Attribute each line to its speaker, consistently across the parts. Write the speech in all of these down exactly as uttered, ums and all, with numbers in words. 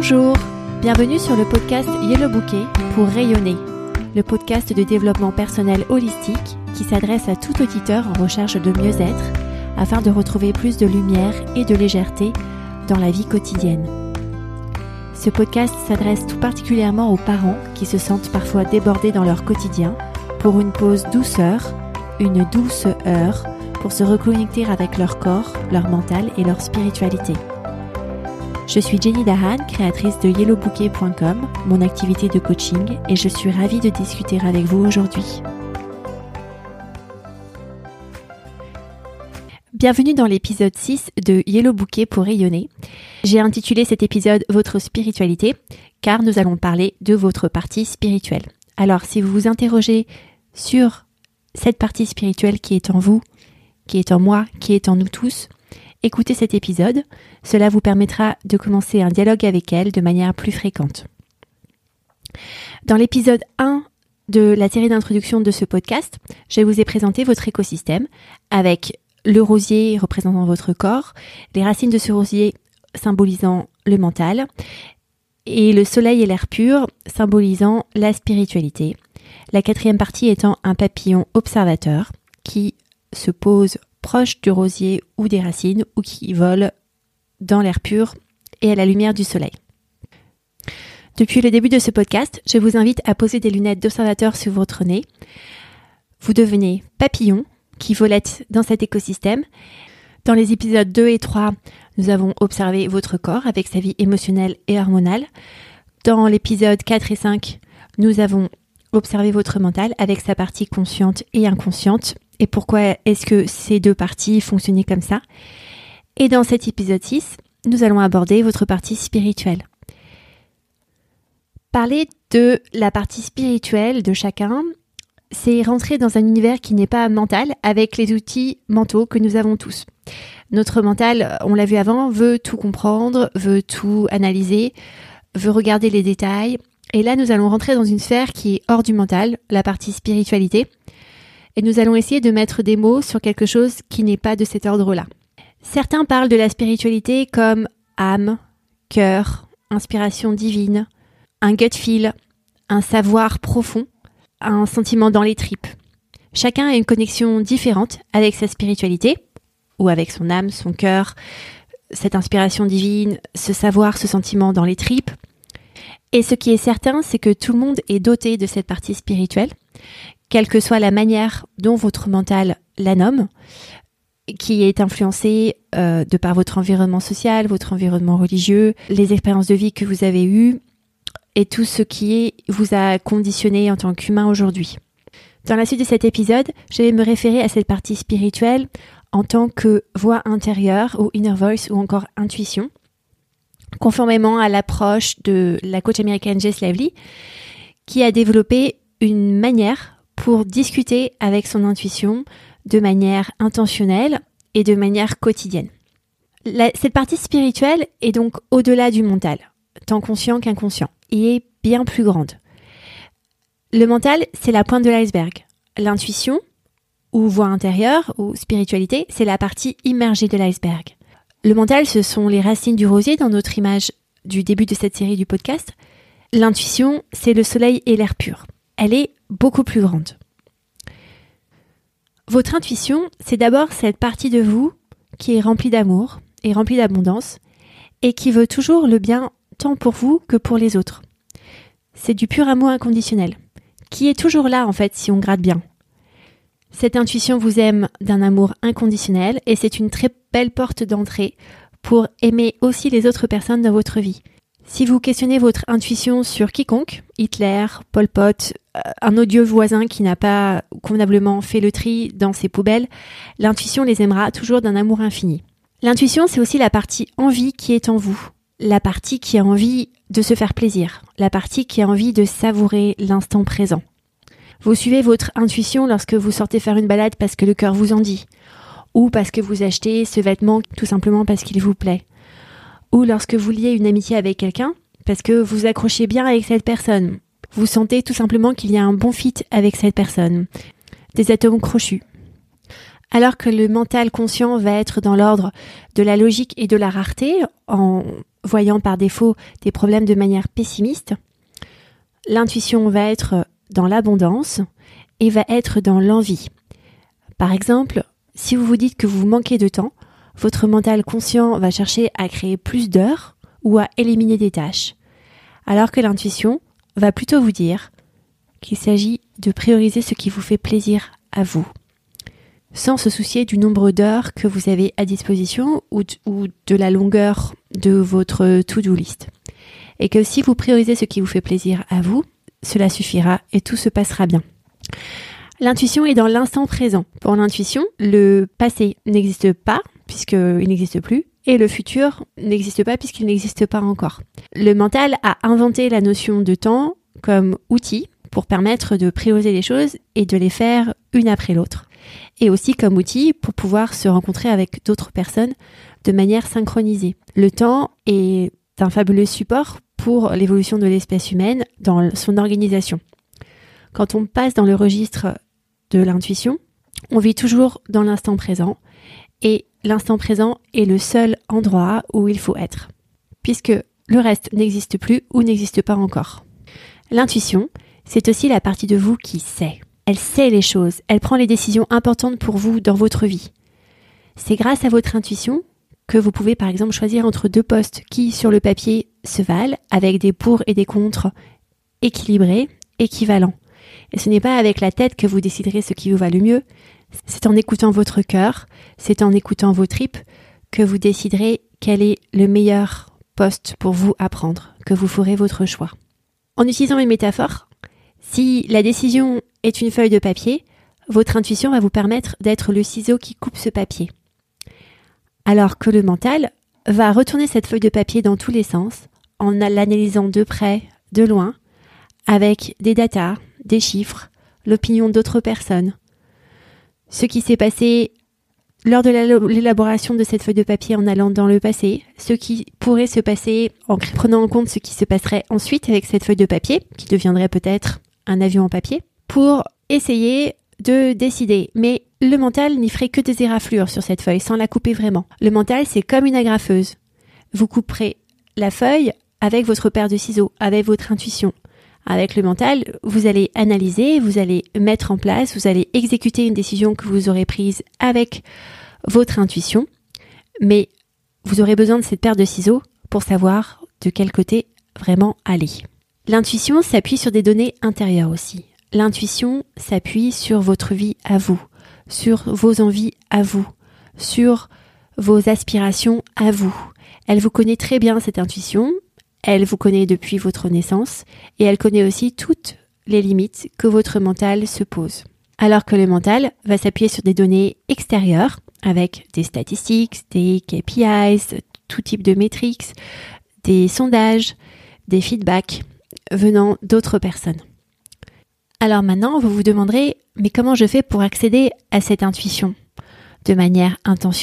Speaker 1: Bonjour, bienvenue sur le podcast Yellow Bouquet pour rayonner, le podcast de développement personnel holistique qui s'adresse à tout auditeur en recherche de mieux-être afin de retrouver plus de lumière et de légèreté dans la vie quotidienne. Ce podcast s'adresse tout particulièrement aux parents qui se sentent parfois débordés dans leur quotidien pour une pause douceur, une douce heure pour se reconnecter avec leur corps, leur mental et leur spiritualité. Je suis Jenny Dahan, créatrice de yellow bouquet point com, mon activité de coaching, et je suis ravie de discuter avec vous aujourd'hui. Bienvenue dans l'épisode six de Yellow Bouquet pour rayonner. J'ai intitulé cet épisode « Votre spiritualité » car nous allons parler de votre partie spirituelle. Alors, si vous vous interrogez sur cette partie spirituelle qui est en vous, qui est en moi, qui est en nous tous, écoutez cet épisode. Cela vous permettra de commencer un dialogue avec elle de manière plus fréquente. Dans l'épisode un de la série d'introduction de ce podcast, je vous ai présenté votre écosystème avec le rosier représentant votre corps, les racines de ce rosier symbolisant le mental et le soleil et l'air pur symbolisant la spiritualité. La quatrième partie étant un papillon observateur qui se pose proche du rosier ou des racines ou qui vole dans l'air pur et à la lumière du soleil. Depuis le début de ce podcast, je vous invite à poser des lunettes d'observateur sur votre nez. Vous devenez papillon qui volette dans cet écosystème. Dans les épisodes deux et trois, nous avons observé votre corps avec sa vie émotionnelle et hormonale. Dans l'épisode quatre et cinq, nous avons observé votre mental avec sa partie consciente et inconsciente. Et pourquoi est-ce que ces deux parties fonctionnaient comme ça? Et dans cet épisode six, nous allons aborder votre partie spirituelle. Parler de la partie spirituelle de chacun, c'est rentrer dans un univers qui n'est pas mental avec les outils mentaux que nous avons tous. Notre mental, on l'a vu avant, veut tout comprendre, veut tout analyser, veut regarder les détails. Et là, nous allons rentrer dans une sphère qui est hors du mental, la partie spiritualité. Et nous allons essayer de mettre des mots sur quelque chose qui n'est pas de cet ordre-là. Certains parlent de la spiritualité comme âme, cœur, inspiration divine, un gut feel, un savoir profond, un sentiment dans les tripes. Chacun a une connexion différente avec sa spiritualité, ou avec son âme, son cœur, cette inspiration divine, ce savoir, ce sentiment dans les tripes. Et ce qui est certain, c'est que tout le monde est doté de cette partie spirituelle, quelle que soit la manière dont votre mental la nomme, qui est influencée euh, de par votre environnement social, votre environnement religieux, les expériences de vie que vous avez eues, et tout ce qui est, vous a conditionné en tant qu'humain aujourd'hui. Dans la suite de cet épisode, je vais me référer à cette partie spirituelle en tant que voix intérieure ou inner voice ou encore intuition, conformément à l'approche de la coach américaine Jess Lively, qui a développé une manière pour discuter avec son intuition de manière intentionnelle et de manière quotidienne. La, cette partie spirituelle est donc au-delà du mental, tant conscient qu'inconscient, et est bien plus grande. Le mental, c'est la pointe de l'iceberg. L'intuition, ou voix intérieure, ou spiritualité, c'est la partie immergée de l'iceberg. Le mental, ce sont les racines du rosier dans notre image du début de cette série du podcast. L'intuition, c'est le soleil et l'air pur. Elle est beaucoup plus grande. Votre intuition, c'est d'abord cette partie de vous qui est remplie d'amour et remplie d'abondance et qui veut toujours le bien tant pour vous que pour les autres. C'est du pur amour inconditionnel, qui est toujours là en fait si on gratte bien. Cette intuition vous aime d'un amour inconditionnel et c'est une très belle porte d'entrée pour aimer aussi les autres personnes dans votre vie. Si vous questionnez votre intuition sur quiconque, Hitler, Pol Pot, un odieux voisin qui n'a pas convenablement fait le tri dans ses poubelles, l'intuition les aimera toujours d'un amour infini. L'intuition, c'est aussi la partie envie qui est en vous, la partie qui a envie de se faire plaisir, la partie qui a envie de savourer l'instant présent. Vous suivez votre intuition lorsque vous sortez faire une balade parce que le cœur vous en dit, ou parce que vous achetez ce vêtement tout simplement parce qu'il vous plaît. Ou lorsque vous liez une amitié avec quelqu'un, parce que vous accrochez bien avec cette personne. Vous sentez tout simplement qu'il y a un bon fit avec cette personne. Des atomes crochus. Alors que le mental conscient va être dans l'ordre de la logique et de la rareté, en voyant par défaut des problèmes de manière pessimiste, l'intuition va être dans l'abondance et va être dans l'envie. Par exemple, si vous vous dites que vous manquez de temps, votre mental conscient va chercher à créer plus d'heures ou à éliminer des tâches, alors que l'intuition va plutôt vous dire qu'il s'agit de prioriser ce qui vous fait plaisir à vous, sans se soucier du nombre d'heures que vous avez à disposition ou de, ou de la longueur de votre to-do list. Et que si vous priorisez ce qui vous fait plaisir à vous, cela suffira et tout se passera bien. L'intuition est dans l'instant présent. Pour l'intuition, le passé n'existe pas puisqu'il n'existe plus et le futur n'existe pas puisqu'il n'existe pas encore. Le mental a inventé la notion de temps comme outil pour permettre de prioriser les choses et de les faire une après l'autre. Et aussi comme outil pour pouvoir se rencontrer avec d'autres personnes de manière synchronisée. Le temps est un fabuleux support pour l'évolution de l'espèce humaine dans son organisation. Quand on passe dans le registre de l'intuition, on vit toujours dans l'instant présent et l'instant présent est le seul endroit où il faut être, puisque le reste n'existe plus ou n'existe pas encore. L'intuition, c'est aussi la partie de vous qui sait. Elle sait les choses, elle prend les décisions importantes pour vous dans votre vie. C'est grâce à votre intuition que vous pouvez par exemple choisir entre deux postes qui, sur le papier, se valent, avec des pour et des contre équilibrés, équivalents. Et ce n'est pas avec la tête que vous déciderez ce qui vous va le mieux, c'est en écoutant votre cœur, c'est en écoutant vos tripes que vous déciderez quel est le meilleur poste pour vous à prendre, que vous ferez votre choix. En utilisant une métaphore, si la décision est une feuille de papier, votre intuition va vous permettre d'être le ciseau qui coupe ce papier. Alors que le mental va retourner cette feuille de papier dans tous les sens, en l'analysant de près, de loin, avec des datas, des chiffres, l'opinion d'autres personnes. Ce qui s'est passé lors de l'élaboration de cette feuille de papier en allant dans le passé, ce qui pourrait se passer en prenant en compte ce qui se passerait ensuite avec cette feuille de papier, qui deviendrait peut-être un avion en papier, pour essayer de décider. Mais le mental n'y ferait que des éraflures sur cette feuille, sans la couper vraiment. Le mental, c'est comme une agrafeuse. Vous couperez la feuille avec votre paire de ciseaux, avec votre intuition. Avec le mental, vous allez analyser, vous allez mettre en place, vous allez exécuter une décision que vous aurez prise avec votre intuition, mais vous aurez besoin de cette paire de ciseaux pour savoir de quel côté vraiment aller. L'intuition s'appuie sur des données intérieures aussi. L'intuition s'appuie sur votre vie à vous, sur vos envies à vous, sur vos aspirations à vous. Elle vous connaît très bien, cette intuition. Elle vous connaît depuis votre naissance et elle connaît aussi toutes les limites que votre mental se pose. Alors que le mental va s'appuyer sur des données extérieures avec des statistiques, des K P Is, tout type de métriques, des sondages, des feedbacks venant d'autres personnes. Alors maintenant, vous vous demanderez, mais comment je fais pour accéder à cette intuition de manière intentionnelle ?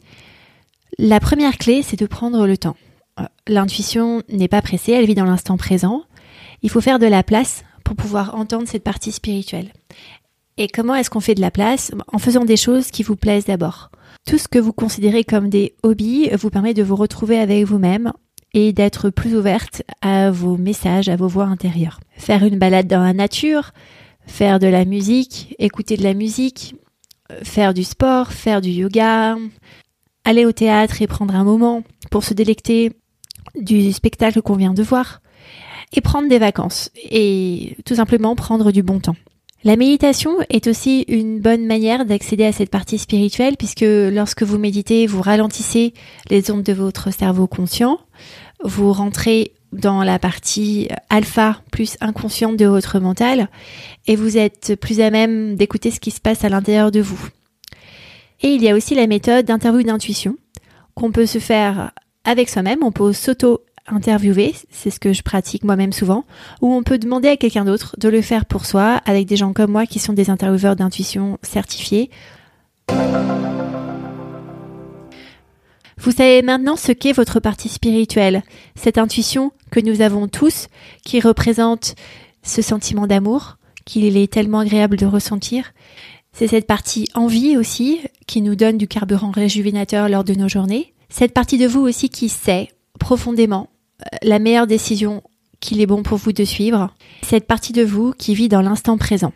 Speaker 1: La première clé, c'est de prendre le temps. L'intuition n'est pas pressée, elle vit dans l'instant présent. Il faut faire de la place pour pouvoir entendre cette partie spirituelle. Et comment est-ce qu'on fait de la place ? En faisant des choses qui vous plaisent d'abord. Tout ce que vous considérez comme des hobbies vous permet de vous retrouver avec vous-même et d'être plus ouverte à vos messages, à vos voix intérieures. Faire une balade dans la nature, faire de la musique, écouter de la musique, faire du sport, faire du yoga, aller au théâtre et prendre un moment pour se délecter du spectacle qu'on vient de voir et prendre des vacances et tout simplement prendre du bon temps. La méditation est aussi une bonne manière d'accéder à cette partie spirituelle puisque lorsque vous méditez, vous ralentissez les ondes de votre cerveau conscient, vous rentrez dans la partie alpha plus inconsciente de votre mental et vous êtes plus à même d'écouter ce qui se passe à l'intérieur de vous. Et il y a aussi la méthode d'interview d'intuition qu'on peut se faire avec soi-même, on peut s'auto-interviewer, c'est ce que je pratique moi-même souvent, ou on peut demander à quelqu'un d'autre de le faire pour soi, avec des gens comme moi qui sont des intervieweurs d'intuition certifiés. Vous savez maintenant ce qu'est votre partie spirituelle, cette intuition que nous avons tous, qui représente ce sentiment d'amour, qu'il est tellement agréable de ressentir, C'est cette partie envie aussi qui nous donne du carburant réjuvénateur lors de nos journées. Cette partie de vous aussi qui sait profondément la meilleure décision qu'il est bon pour vous de suivre. Cette partie de vous qui vit dans l'instant présent.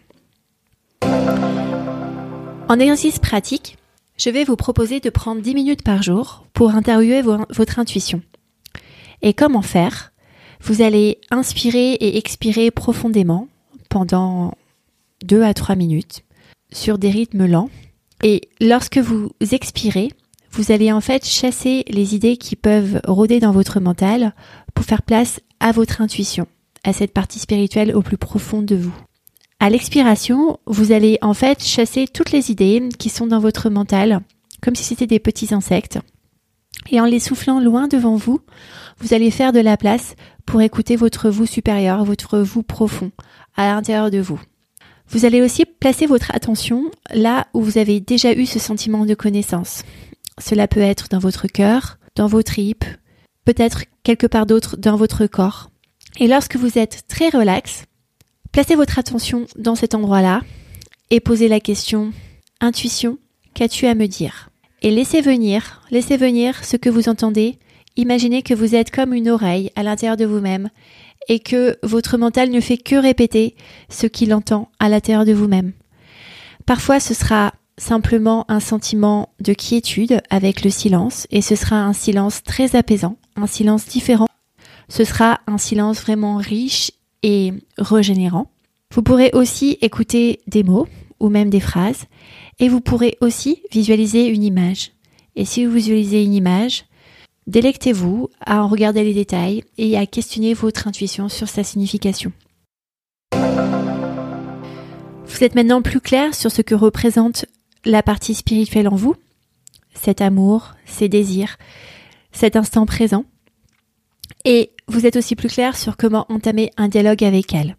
Speaker 1: En exercice pratique, je vais vous proposer de prendre dix minutes par jour pour interviewer vo- votre intuition. Et comment faire ? Vous allez inspirer et expirer profondément pendant deux à trois minutes sur des rythmes lents. Et lorsque vous expirez, vous allez en fait chasser les idées qui peuvent rôder dans votre mental pour faire place à votre intuition, à cette partie spirituelle au plus profond de vous. À l'expiration, vous allez en fait chasser toutes les idées qui sont dans votre mental, comme si c'était des petits insectes. Et en les soufflant loin devant vous, vous allez faire de la place pour écouter votre vous supérieur, votre vous profond, à l'intérieur de vous. Vous allez aussi placer votre attention là où vous avez déjà eu ce sentiment de connaissance. Cela peut être dans votre cœur, dans vos tripes, peut-être quelque part d'autre dans votre corps. Et lorsque vous êtes très relax, placez votre attention dans cet endroit-là et posez la question « Intuition, qu'as-tu à me dire ?» Et laissez venir, laissez venir ce que vous entendez. Imaginez que vous êtes comme une oreille à l'intérieur de vous-même et que votre mental ne fait que répéter ce qu'il entend à l'intérieur de vous-même. Parfois, ce sera simplement un sentiment de quiétude avec le silence et ce sera un silence très apaisant, un silence différent. Ce sera un silence vraiment riche et régénérant. Vous pourrez aussi écouter des mots ou même des phrases et vous pourrez aussi visualiser une image. Et si vous visualisez une image, délectez-vous à en regarder les détails et à questionner votre intuition sur sa signification. Vous êtes maintenant plus clair sur ce que représente la partie spirituelle en vous, cet amour, ces désirs, cet instant présent. Et vous êtes aussi plus clair sur comment entamer un dialogue avec elle.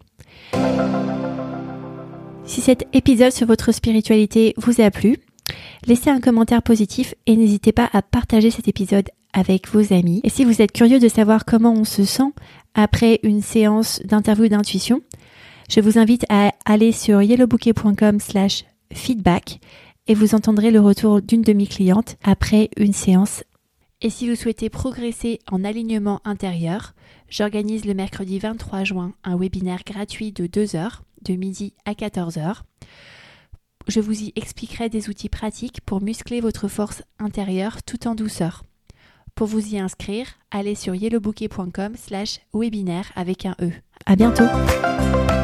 Speaker 1: Si cet épisode sur votre spiritualité vous a plu, laissez un commentaire positif et n'hésitez pas à partager cet épisode avec vos amis. Et si vous êtes curieux de savoir comment on se sent après une séance d'interview d'intuition, je vous invite à aller sur yellowbouquet.com slash feedback et vous entendrez le retour d'une de mes clientes après une séance. Et si vous souhaitez progresser en alignement intérieur, j'organise le mercredi vingt-trois juin un webinaire gratuit de deux heures, de midi à quatorze heures. Je vous y expliquerai des outils pratiques pour muscler votre force intérieure tout en douceur. Pour vous y inscrire, allez sur yellowbouquet.com slash webinaire avec un E. À bientôt!